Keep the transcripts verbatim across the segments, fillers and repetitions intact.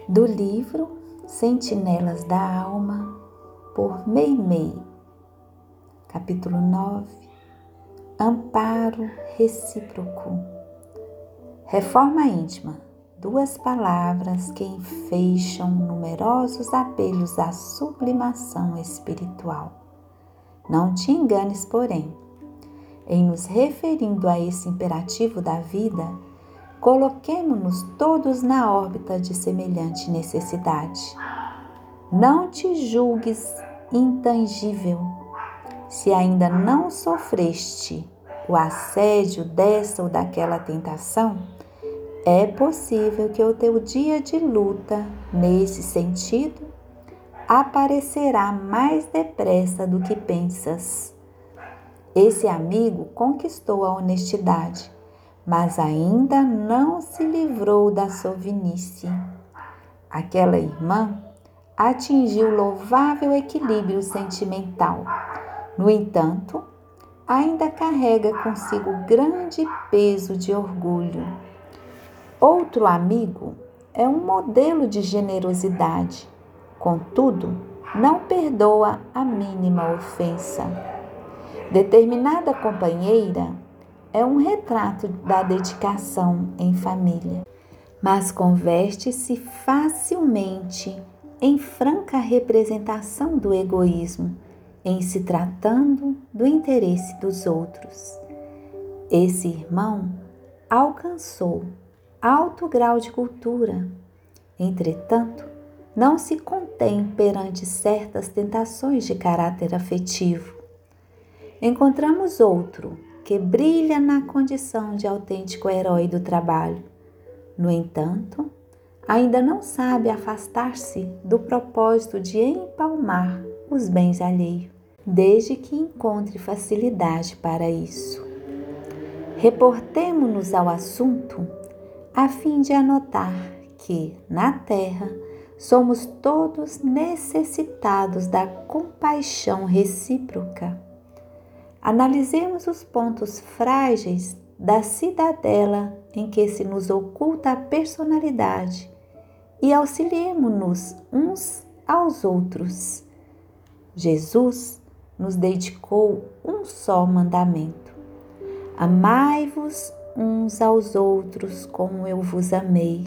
Do livro Sentinelas da Alma, por Meimei, capítulo nove, Amparo Recíproco. Reforma íntima, duas palavras que enfeixam numerosos apelos à sublimação espiritual. Não te enganes, porém, em nos referindo a esse imperativo da vida, coloquemo-nos todos na órbita de semelhante necessidade. Não te julgues intangível. Se ainda não sofreste o assédio dessa ou daquela tentação, é possível que o teu dia de luta, nesse sentido, aparecerá mais depressa do que pensas. Esse amigo conquistou a honestidade, mas ainda não se livrou da sovinice. Aquela irmã atingiu louvável equilíbrio sentimental. No entanto, ainda carrega consigo grande peso de orgulho. Outro amigo é um modelo de generosidade, contudo, não perdoa a mínima ofensa. Determinada companheira é um retrato da dedicação em família, mas converte-se facilmente em franca representação do egoísmo, em se tratando do interesse dos outros. Esse irmão alcançou alto grau de cultura, entretanto, não se contém perante certas tentações de caráter afetivo. Encontramos outro que brilha na condição de autêntico herói do trabalho. No entanto, ainda não sabe afastar-se do propósito de empalmar os bens alheios, desde que encontre facilidade para isso. Reportemo-nos ao assunto a fim de anotar que, na Terra, somos todos necessitados da compaixão recíproca. Analisemos os pontos frágeis da cidadela em que se nos oculta a personalidade e auxiliemo-nos uns aos outros. Jesus nos dedicou um só mandamento: amai-vos uns aos outros como eu vos amei.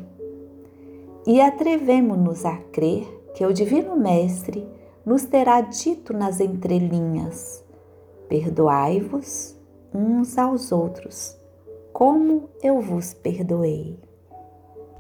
E atrevemo-nos a crer que o Divino Mestre nos terá dito nas entrelinhas: perdoai-vos uns aos outros, como eu vos perdoei.